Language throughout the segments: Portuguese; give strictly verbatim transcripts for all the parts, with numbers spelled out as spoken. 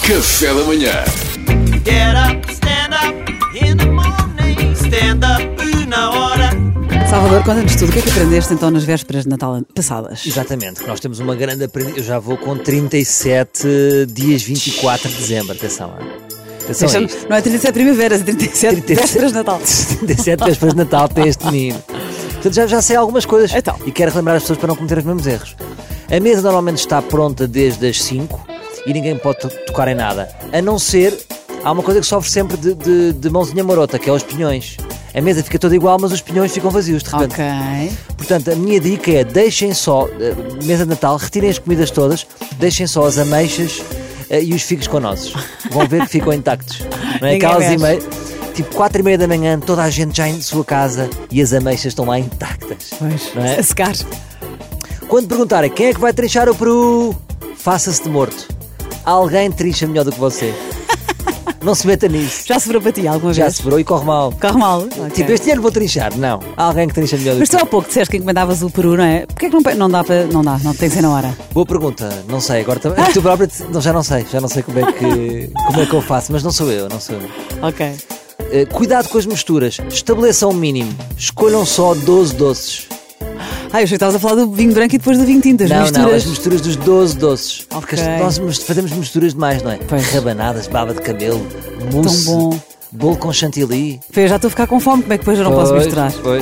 Café da manhã. Get up, stand up in the morning. Stand up na hora. Salvador, conta-nos tudo. O que é que aprendeste então nas vésperas de Natal passadas? Exatamente, que nós temos uma grande aprendizagem. Eu já vou com trinta e sete dias vinte e quatro de dezembro. Atenção, atenção a isto. Não é trinta e sete primaveras, é trinta e sete vésperas de Natal. trinta e sete vésperas de Natal tem este menino. Portanto, já, já sei algumas coisas Então. e quero relembrar as pessoas para não cometer os mesmos erros. A mesa normalmente está pronta desde as cinco e ninguém pode to- tocar em nada. A não ser, há uma coisa que sofre sempre de, de, de mãozinha marota, que é os pinhões. A mesa fica toda igual, mas os pinhões ficam vazios de repente. Ok. Portanto, a minha dica é deixem só, uh, mesa de Natal, retirem as comidas todas, deixem só as ameixas uh, e os figos com nozes. Vão ver que ficam intactos. Não é? Ninguém Aquelas e mexe. meia, tipo quatro e meia da manhã, toda a gente já em sua casa e as ameixas estão lá intactas. Pois, Não é? a secar. Quando perguntarem quem é que vai trinchar o peru, faça-se de morto. Alguém trincha melhor do que você. Não se meta nisso. Já sobrou para ti alguma Já vez? se verou e corre mal. Corre mal? Ok. Tipo, este ano vou trinchar. Não. Há alguém que trincha melhor do Mas que tu há pouco disseste que encomendavas o peru, não é? Porquê é que não, pe- não dá para... Não dá, não tem que ser na hora. Boa pergunta, não sei, agora também. Tu própria, te- não, já não sei, já não sei como é, que, como é que eu faço, mas não sou eu, não sou eu. Ok. Eh, cuidado com as misturas, estabeleçam um mínimo, escolham só doze doces. Ah, eu achei que estavas a falar do vinho branco e depois do vinho tinto, as não, misturas. não, as misturas dos doze doces. Porque Ok. as- nós mis- fazemos misturas demais, não é? Pois. Rabanadas, baba de camelo, mousse, Tão bom. bolo com chantilly. Fê, já estou a ficar com fome, como é que depois eu não posso Pois, misturar? Pois.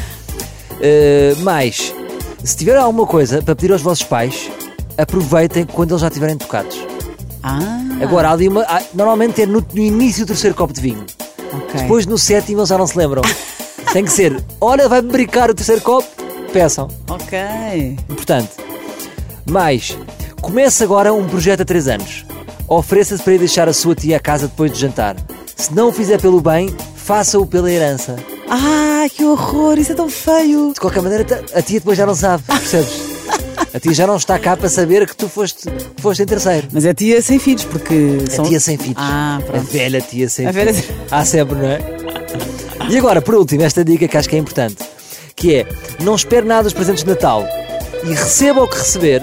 Eh, mais, se tiver alguma coisa para pedir aos vossos pais, aproveitem quando eles já estiverem tocados. Ah, Agora, há ali uma, há- normalmente é no, no início do terceiro copo de vinho. ok. Depois no sétimo eles já não se lembram. Tem que ser, olha, vai brincar o terceiro copo, peçam. Ok. Importante. Mais, comece agora um projeto há três anos. Ofereça-se para ir deixar a sua tia a casa depois de jantar. Se não o fizer pelo bem, faça-o pela herança. Ah, que horror, isso é tão feio. De qualquer maneira, a tia depois já não sabe, percebes? A tia já não está cá para saber que tu foste, foste em terceiro. Mas é tia sem filhos, porque A são... tia sem filhos. Ah, A pronto. velha tia sem A velha- filhos. Há sempre, não é? E agora, por último, esta dica que acho que é importante, que é, não espere nada dos presentes de Natal e receba o que receber,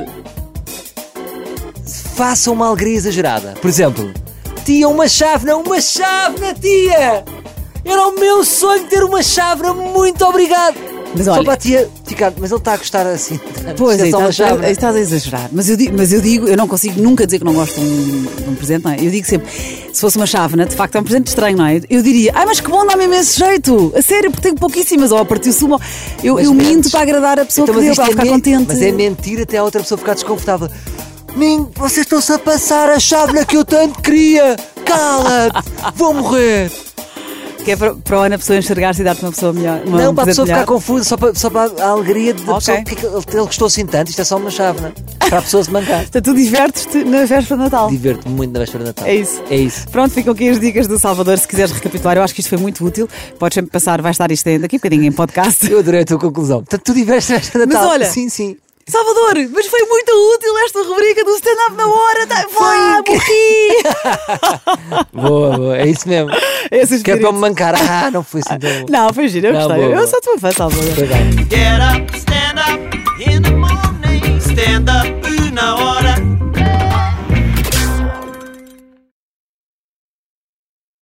faça uma alegria exagerada. Por exemplo, tia, uma chávena, uma chávena, tia! Era o meu sonho ter uma chávena, muito obrigado! Mas Só olha- para a tia ficar, mas ele está a gostar assim. Pois, isto é aí só uma estás, chávena. aí estás a exagerar. Mas eu, digo, mas eu digo, eu não consigo nunca dizer que não gosto de um, de um presente, não é? Eu digo sempre, se fosse uma chávena, de facto é um presente estranho, não é? Eu diria, ai, mas que bom, dá-me imenso jeito. A sério, porque tenho pouquíssimas. Ou a partir o sumo. Eu, Mas eu menos. minto para agradar a pessoa Então, que deu, isto para é ficar men- contente. Mas é mentira até a outra pessoa ficar desconfortável. Nin, vocês estão-se a passar a chávena que eu tanto queria. Cala-te, vou morrer. Que é para, para o ano a pessoa enxergar-se e dar-te uma pessoa melhor. Uma, Não, um para a presente pessoa ficar melhor. confusa, só para, só para a alegria da Ok. pessoa. Porque é que ele, ele gostou assim tanto, isto é só uma chávena. Para a pessoa se mancar. Portanto, tu divertes-te na véspera de Natal. Divirto-me muito na véspera de Natal. É isso. É isso. Pronto, ficam aqui as dicas do Salvador. Se quiseres recapitular, eu acho que isto foi muito útil. Podes sempre passar, vai estar isto ainda daqui a bocadinho em podcast. Eu adorei a tua conclusão. Portanto, tu divertes na véspera de Mas Natal. olha- Sim, sim. Salvador, mas foi muito útil esta rubrica do stand-up na hora. Tá? Vá, morri! Boa, boa. É isso mesmo. Esse é o Que é para me espírito. mancar. Ah, não foi assim tão bom. Não, foi giro, eu Não, gostei. boa, Eu boa. sou tua fã, Salvador. Foi bem. Get up, stand up in the morning. Stand up na hora.